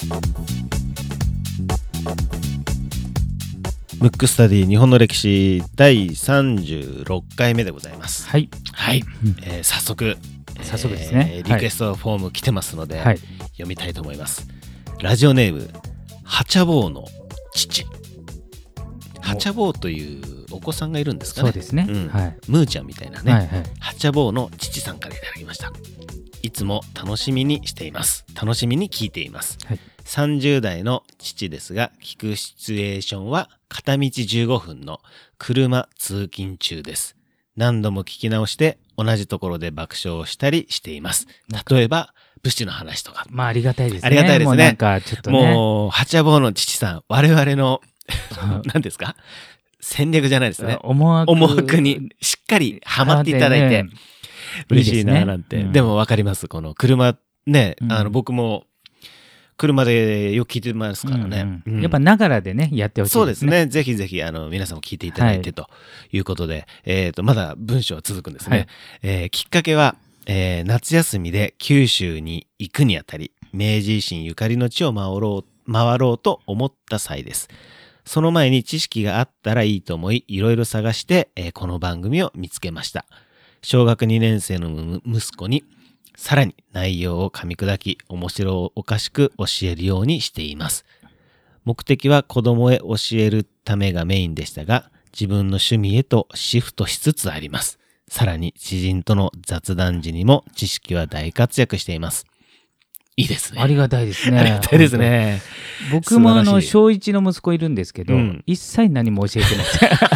ムックスタディ日本の歴史第36回目でございます。 はい、 はい。早速ですね、 リクエストフォーム来てますので、 はい、 読みたいと思います。ラジオネームハチャボウの父。ハチャボウというお子さんがいるんですかね。 そうですね、はい、 ムーちゃんみたいなね、 はいはい、 ハチャボウの父さんからいただきました。いつも楽しみにしています。楽しみに聞いています、はい、30代の父ですが、聞くシチュエーションは片道15分の車通勤中です。何度も聞き直して同じところで爆笑したりしています。例えば武士の話とか。 まあありがたいですね。 ありがたいですね。 もうなんかちょっとね、 もうハチャボウの父さん、我々の何ですか、戦略じゃないですね。思惑にしっかりハマっていただいて、嬉しいななんて。でも分かります。この車ね、僕も車でよく聞いてますからね。 やっぱながらでね、やってほしいですね。 そうですね。ぜひぜひ皆さんも聞いていただいてということで、まだ文章は続くんですね。きっかけは、夏休みで九州に行くにあたり、明治維新ゆかりの地を回ろうと思った際です。その前に知識があったらいいと思い、いろいろ探して、この番組を見つけました。小学2年生の息子にさらに内容を噛み砕き、面白おかしく教えるようにしています。目的は子供へ教えるためがメインでしたが、自分の趣味へとシフトしつつあります。さらに知人との雑談時にも知識は大活躍しています。いいですね。 ありがたいですね。 ありがたいですね。 僕も小1の息子いるんですけど、一切何も教えてない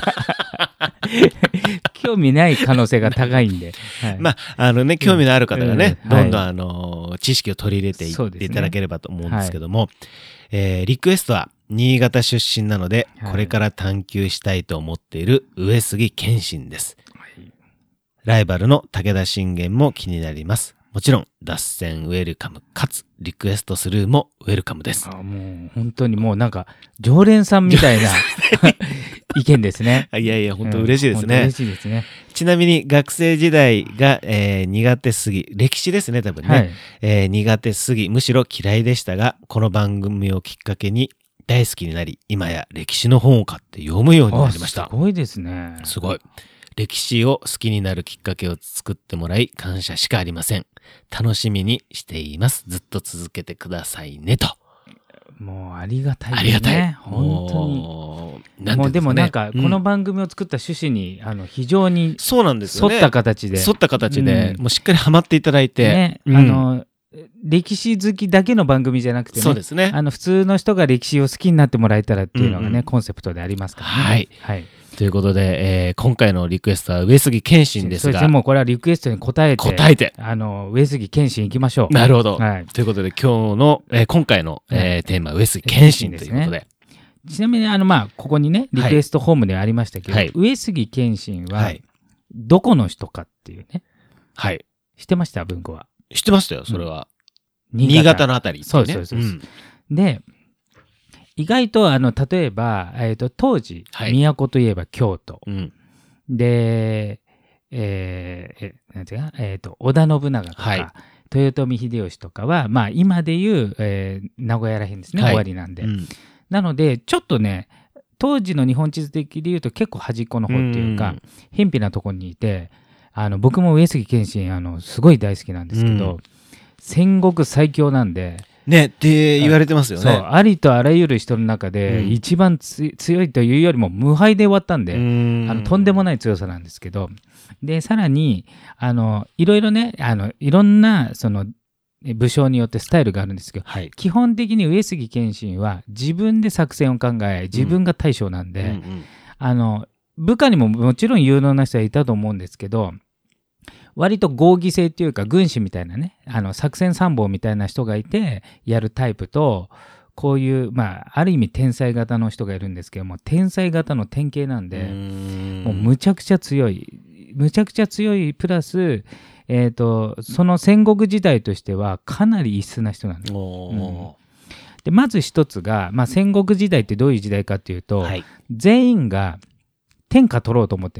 興味ない可能性が高いんで、はい、 まあ興味のある方がね、どんどん知識を取り入れていっていただければと思うんですけども、リクエストは新潟出身なので、これから探求したいと思っている上杉謙信です。ライバルの武田信玄も気になります。もちろん脱線ウェルカムかつリクエストスルーもウェルカムです。 もう本当にもうなんか常連さんみたいな意見ですね。 いやいや本当嬉しいですね。 嬉しいですね。 ちなみに学生時代が、苦手すぎ、歴史ですね多分ね、苦手すぎむしろ嫌いでしたが、この番組をきっかけに大好きになり、今や歴史の本を買って読むようになりました。 すごいですね。 すごい。歴史を好きになるきっかけを作ってもらい感謝しかありません。楽しみにしています。ずっと続けてくださいねと。 もうありがたいですね。 ありがたい。 本当に。もうでもなんかこの番組を作った趣旨に非常に沿った形で、もうしっかりハマっていただいて、歴史好きだけの番組じゃなくてね、そうですね、普通の人が歴史を好きになってもらえたらっていうのがね、コンセプトでありますからね。 はい。はい。ということで、今回のリクエストは上杉謙信ですが、そうですね、 もうこれはリクエストに答えて上杉謙信いきましょう。 なるほど。はい、ということで今回の、テーマは上杉謙信ということで。 ちなみにここにねリクエストホームでありましたけど、上杉謙信はどこの人かっていうね、 はい、 知ってました？文庫は知ってましたよ。それは、新潟のあたり、ね、 そうです、で意外と例えば、当時、都といえば京都、で、なんていうか、織田信長とか、豊臣秀吉とかは、今でいう、名古屋らへんですね、終わりなんで。なのでちょっとね、当時の日本地図的でいうと結構端っこの方っていうか、偏僻なところにいて、僕も上杉謙信すごい大好きなんですけど、戦国最強なんで。 ねって言われてますよね。 そう、ありとあらゆる人の中で一番強いというよりも無敗で終わったんで、とんでもない強さなんですけど、でさらにいろいろね、いろんなその武将によってスタイルがあるんですけど、基本的に上杉謙信は自分で作戦を考え、自分が大将なんで、部下にももちろん有能な人はいたと思うんですけど、割と合議制っていうか軍師みたいなね、作戦参謀みたいな人がいてやるタイプと、こういうある意味天才型の人がいるんですけども、天才型の典型なんで、もうむちゃくちゃ強いプラス、その戦国時代としてはかなり異質な人なんです。でまず一つが、戦国時代ってどういう時代かっていうと、全員が天下取ろうと思ってるね。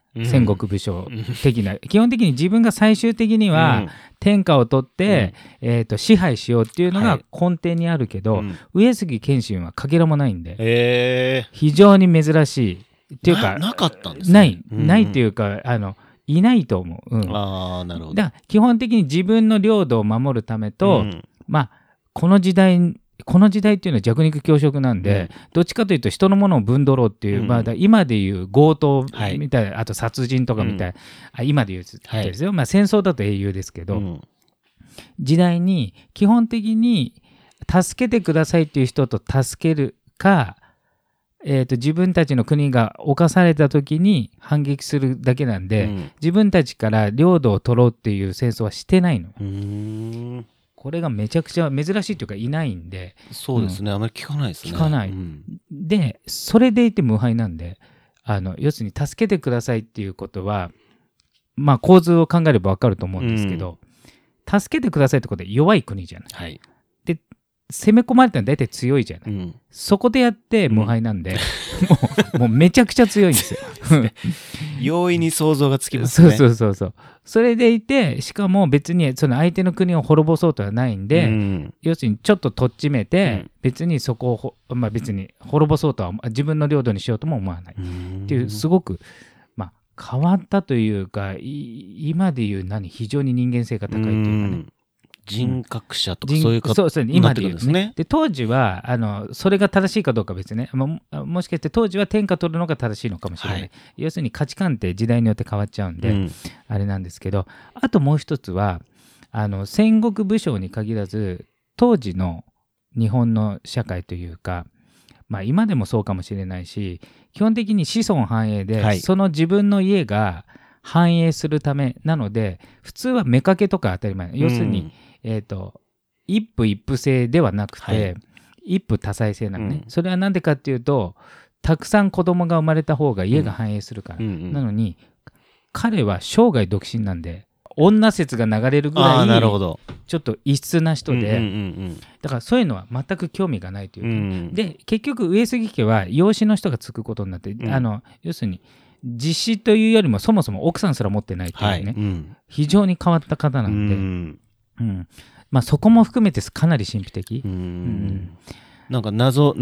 戦国武将的な、基本的に自分が最終的には天下を取って、支配しようっていうのが根底にあるけど、上杉謙信はかけらもないんで、非常に珍しいっていうか、 なかったんですね。 ないっていうか、いないと思う。 ああ、なるほど。 だから基本的に自分の領土を守るためと、まあこの時代っていうのは弱肉強食なんで、どっちかというと人のものをぶんどろうっていう、まあ、今でいう強盗みたいな、あと殺人とかみたいな、今で言うですよ、まあ、戦争だと英雄ですけど、時代に基本的に助けてくださいっていう人と助けるか、自分たちの国が侵された時に反撃するだけなんで、自分たちから領土を取ろうっていう戦争はしてないの。これがめちゃくちゃ珍しいというかいないんで。 そうですね、あまり聞かないですね。 聞かない。でそれでいて無敗なんで、要するに助けてくださいっていうことは、まあ構図を考えれば分かると思うんですけど、助けてくださいってことは弱い国じゃない。で攻め込まれたら大体強いじゃない、そこでやって無敗なんで、もうめちゃくちゃ強いんですよ。 容易に想像がつきますね。 そうそれでいて、しかも別にその相手の国を滅ぼそうとはないんで、要するにちょっととっちめて、別にそこをまあ別に滅ぼそうとは自分の領土にしようとも思わないっていう、すごくまあ変わったというか、今でいう非常に人間性が高いというかね、 人格者とかそういう方になってくるんですね。で当時はそれが正しいかどうかは別ね、もしかして当時は天下取るのが正しいのかもしれない、要するに価値観って時代によって変わっちゃうんで、あれなんですけど、あともう一つは戦国武将に限らず当時の日本の社会というか、まあ、今でもそうかもしれないし、基本的に子孫繁栄で、その自分の家が繁栄するためなので、普通は妾とか当たり前、要するに一夫一夫制ではなくて、一夫多妻制なのね、それは何でかっていうと、たくさん子供が生まれた方が家が繁栄するから、なのに彼は生涯独身なんで、女説が流れるぐらいちょっと異質な人で、だからそういうのは全く興味がないというか、で結局上杉家は養子の人がつくことになって、要するに実子というよりもそもそも奥さんすら持ってないというね、非常に変わった方なんで、まあ、そこも含めてかなり神秘的。 なんか謎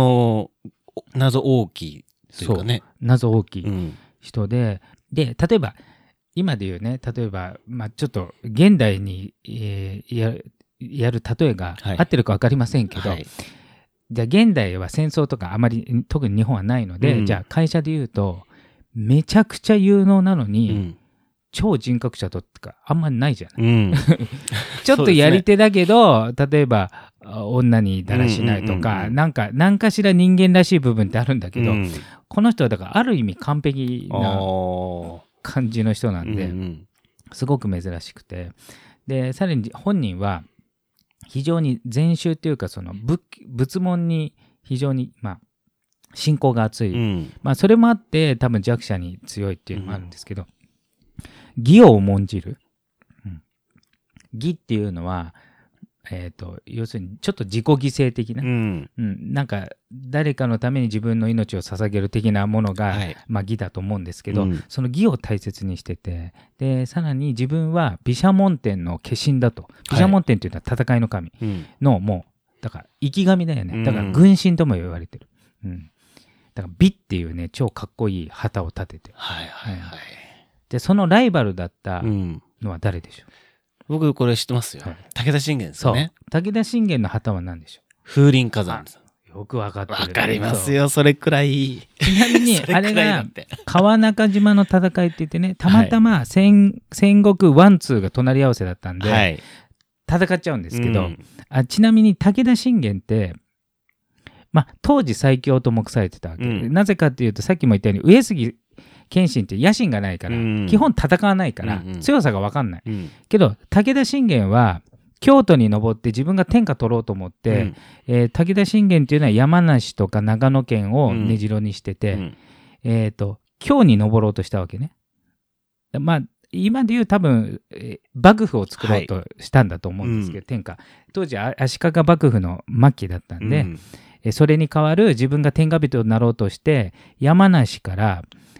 大きいというかね。 謎大きい人で、例えば今で言うね、例えば、まあ、ちょっと現代に、やる例えが合ってるか分かりませんけど、じゃあ現代は戦争とかあまり特に日本はないので、じゃあ会社で言うとめちゃくちゃ有能なのに、超人格者とかあんまりないじゃない、ちょっとやり手だけど、例えば女にだらしないとか、なんかしら人間らしい部分ってあるんだけど、この人はだからある意味完璧な感じの人なんで、すごく珍しくて、でさらに本人は非常に禅宗っていうか、その仏門に非常に信仰が厚い、それもあって多分弱者に強いっていうのもあるんですけど、義を重んじる、義っていうのは、要するにちょっと自己犠牲的な、なんか誰かのために自分の命を捧げる的なものが、義だと思うんですけど、その義を大切にしてて、でさらに自分は毘沙門天の化身だと。毘沙門天っていうのは戦いの神の、もうだから生き神だよね。だから軍神とも言われてる、だから美っていうね、超かっこいい旗を立てて、でそのライバルだったのは誰でしょう？ 僕これ知ってますよ。武田信玄ですよね。 武田信玄の旗は何でしょう？ 風林火山です。 よく分かってる。 分かりますよ、それくらい。 ちなみにあれが川中島の戦いって言ってね、たまたま戦国ワンツーが隣り合わせだったんで、戦っちゃうんですけど、ちなみに武田信玄って当時最強と目されてたわけ、なぜかっていうと、さっきも言ったように上杉謙信って野心がないから、基本戦わないから、強さが分かんない、けど武田信玄は京都に登って自分が天下取ろうと思って、武田信玄っていうのは山梨とか長野県を根城にしてて、京に登ろうとしたわけね。今でいう多分、幕府を作ろうとしたんだと思うんですけど、天下当時足利幕府の末期だったんで、それに代わる自分が天下人になろうとして、山梨から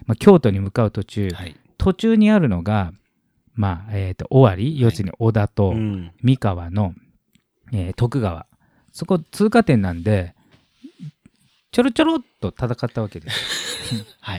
京都に向かう途中、 はい、 途中にあるのが、尾張、要するに織田と三河の、徳川、そこ通過点なんでちょろちょろっと戦ったわけです。 はい、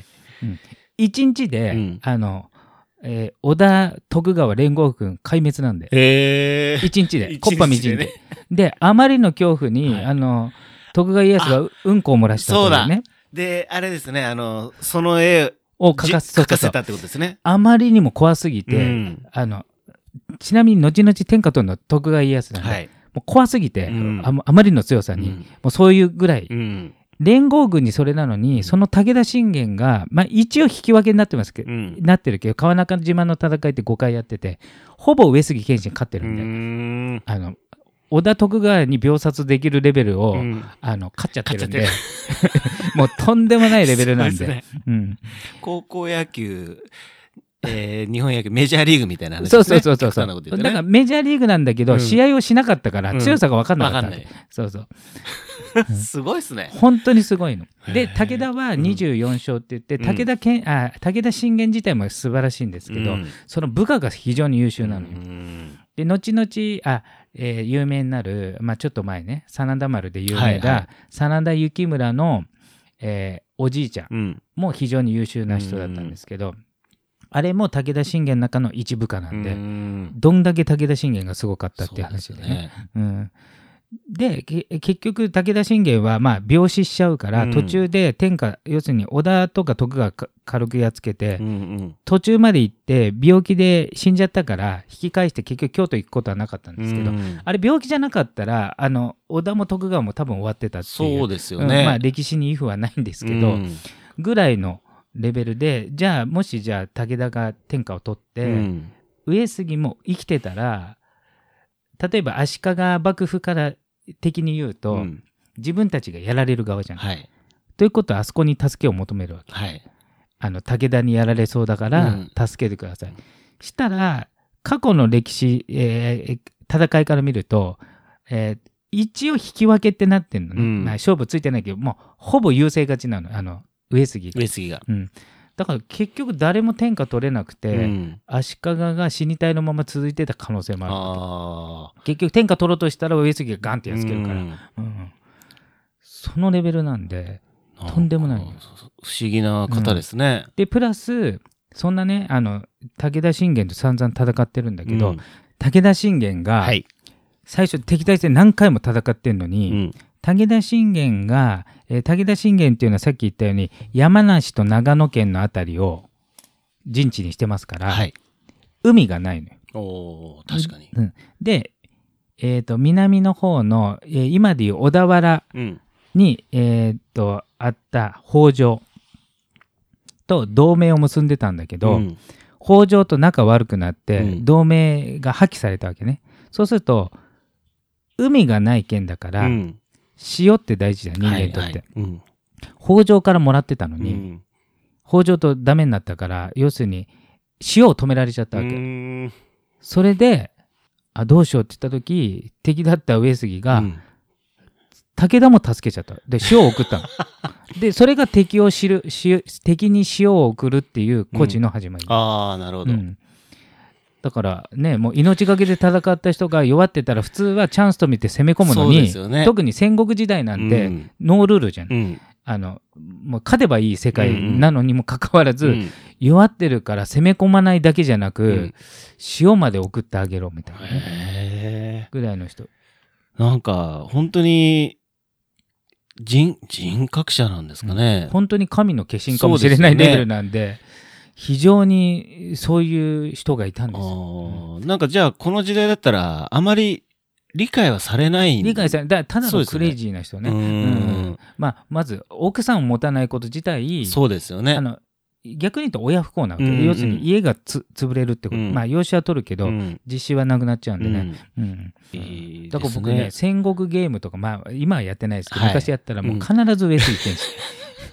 1日で、織田徳川連合軍壊滅なんで、1日で木っ端みじんで、であまりの恐怖に、徳川家康がうんこを漏らしたというね。 であれですね、その絵を描かせたってことですね。 あまりにも怖すぎて、ちなみに後々天下取るの徳川家康なんで、もう怖すぎて、あまりの強さに、もうそういうぐらい、連合軍にそれなのに、その武田信玄が、一応引き分けになってますけど、なってるけど、川中島の戦いって5回やってて、ほぼ上杉謙信勝ってるんで、織田徳川に秒殺できるレベルを、勝っちゃってるんで、もうとんでもないレベルなんで。 高校野球、日本野球メジャーリーグみたいな話ですね。そう。だからメジャーリーグなんだけど、試合をしなかったから強さが分かんなかった。そうすごいですね。 本当にすごいの。で武田は24勝って言って、武田信玄自体も素晴らしいんですけど、その部下が非常に優秀なのよ。で後々有名になる、ちょっと前ね、真田丸で有名な真田幸村の、おじいちゃんも非常に優秀な人だったんですけど、あれも武田信玄の中の一部下なんで、どんだけ武田信玄がすごかったっていう話でね。で結局武田信玄は病死しちゃうから、途中で天下、要するに織田とか徳川軽くやっつけて、途中まで行って病気で死んじゃったから引き返して結局京都行くことはなかったんですけど、あれ病気じゃなかったら織田も徳川も多分終わってたっていう、 そうですよね。 歴史にイフはないんですけど、ぐらいのレベルで、じゃあもし武田が天下を取って、上杉も生きてたら、例えば足利幕府から的に言うと、自分たちがやられる側じゃん。ということはあそこに助けを求めるわけ。武田にやられそうだから助けてください。したら過去の歴史、戦いから見ると、一応引き分けってなってんのね。勝負ついてないけど、もうほぼ優勢勝ちなの、上杉が。だから結局誰も天下取れなくて、足利が死に体のまま続いてた可能性もある。結局天下取ろうとしたら上杉がガンってやっつけるから、そのレベルなんでとんでもない。 不思議な方ですね。 でプラスそんなね、武田信玄と散々戦ってるんだけど、武田信玄が最初敵対戦何回も戦ってんのに、武田信玄っていうのはさっき言ったように山梨と長野県のあたりを陣地にしてますから、海がないのよ。 確かに。 で、南の方の、今でいう小田原に、あった北条と同盟を結んでたんだけど、北条と仲悪くなって、同盟が破棄されたわけね。そうすると海がない県だから、塩って大事だ、人間にとって。北条からもらってたのに、北条とダメになったから、要するに塩を止められちゃったわけ。それでどうしようって言った時、敵だった上杉が、武田も助けちゃった。で塩を送ったの。でそれが敵に塩を送るっていう故事の始まり。 なるほど。 だからね、もう命がけで戦った人が弱ってたら普通はチャンスと見て攻め込むのに、特に戦国時代なんてノールールじゃん。もう勝てばいい世界なのにもかかわらず、弱ってるから攻め込まないだけじゃなく、塩まで送ってあげろみたいなね、ぐらいの人。 なんか本当に人格者なんですかね。 本当に神の化身かもしれないレベルなんで。非常にそういう人がいたんですよ。 なんかじゃあこの時代だったらあまり理解はされない。 理解されない。ただのクレイジーな人ね。まず奥さんを持たないこと自体、 そうですよね。 逆に言うと親不幸なわけで、要するに家が潰れるってこと。養子は取るけど、実子はなくなっちゃうんでね。だから僕ね、戦国ゲームとか、今はやってないですけど、昔やったらもう必ず上杉謙信。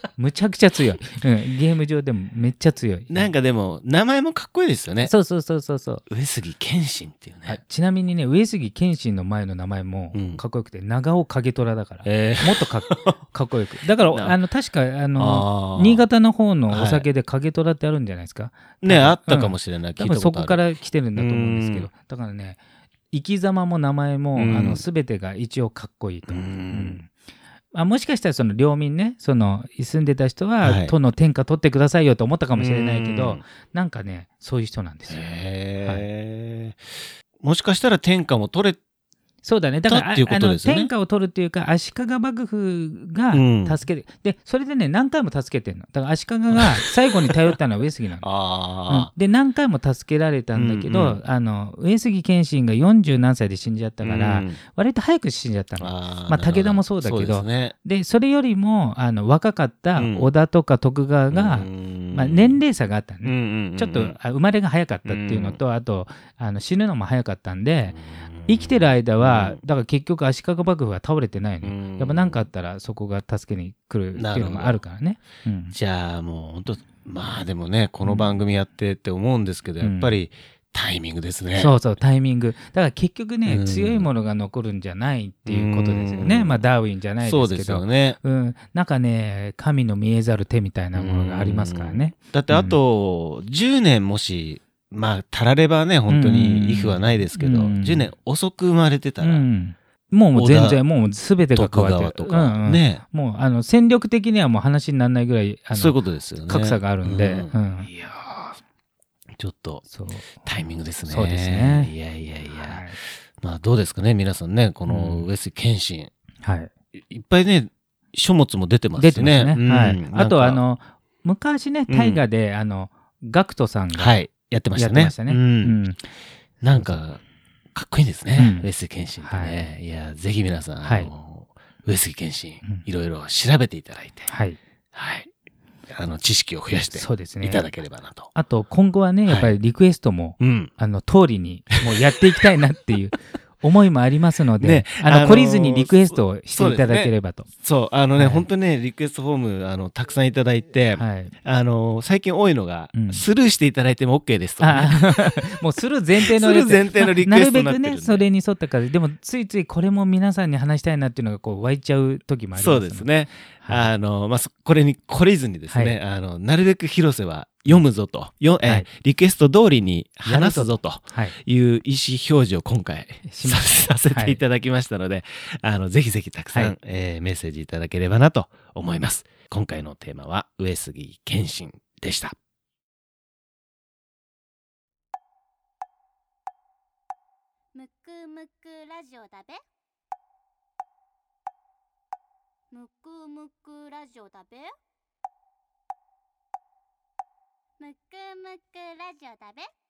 むちゃくちゃ強い、ゲーム上でもめっちゃ強い。 なんかでも名前もかっこいいですよね。 そうそうそうそうそう。 上杉謙信っていうね。 ちなみにね、上杉謙信の前の名前もかっこよくて、長尾景虎だから、もっとかっこよく。だから確か新潟の方のお酒で景虎ってあるんじゃないですか。 ね、あったかもしれない。 だからそこから来てるんだと思うんですけど、だからね、生き様も名前も全てが一応かっこいいと。もしかしたらその領民ね、その住んでた人は都の天下取ってくださいよと思ったかもしれないけど、なんかね、そういう人なんですよ。 もしかしたら天下も取れそうだね。だから天下を取るっていうか、足利幕府が助けて、でそれでね、何回も助けてんの。だから足利が最後に頼ったのは上杉なの。で何回も助けられたんだけど、上杉謙信が40何歳で死んじゃったから、割と早く死んじゃったの。武田もそうだけど、でそれよりも若かった織田とか徳川が、年齢差があったね。ちょっと生まれが早かったっていうのと、あと死ぬのも早かったんで、生きてる間はだから結局足利幕府は倒れてないの。やっぱ何かあったらそこが助けに来るっていうのもあるからね。 じゃあもう本当、まあでもね、この番組やってって思うんですけど、やっぱりタイミングですね。 そうそう、タイミング。だから結局ね、強いものが残るんじゃないっていうことですよね。ダーウィンじゃないですけど。 そうですよね。 なんかね、神の見えざる手みたいなものがありますからね。 だってあと10年もしたらればね、本当にイフはないですけど、10年遅く生まれてたら、 もう全然もう全てが変わってるとかね、 もう戦力的にはもう話にならないぐらいそういうことですよね。 格差があるんで、 いやちょっとタイミングですね。 そうですね。 いや、まあどうですかね、皆さんね、この上杉謙信、いっぱいね書物も出てますしね。 あと昔ね、大河でGACKTさんがやってましたね。なんかかっこいいですね、上杉謙信ってね。いや、ぜひ皆さん上杉謙信いろいろ調べていただいて、知識を増やしていただければなと。 あと今後はね、やっぱりリクエストも通りにもうやっていきたいなっていう思いもありますので、懲りずにリクエストをしていただければと。 本当ね、リクエストフォームたくさんいただいて、最近多いのが、スルーしていただいても OK ですと。 もうスルー前提のリクエストになってるんで。 なるべくね、それに沿ったから、でもついついこれも皆さんに話したいなっていうのがこう湧いちゃう時もあります。 そうですね。これに懲りずにですね、なるべく広瀬は読むぞと、リクエスト通りに話すぞという意思表示を今回させていただきましたので、ぜひぜひたくさん、メッセージいただければなと思います。今回のテーマは上杉謙信でした。 むくむくラジオだべ。むくむくラジオだべ。むくむくラジオだべ。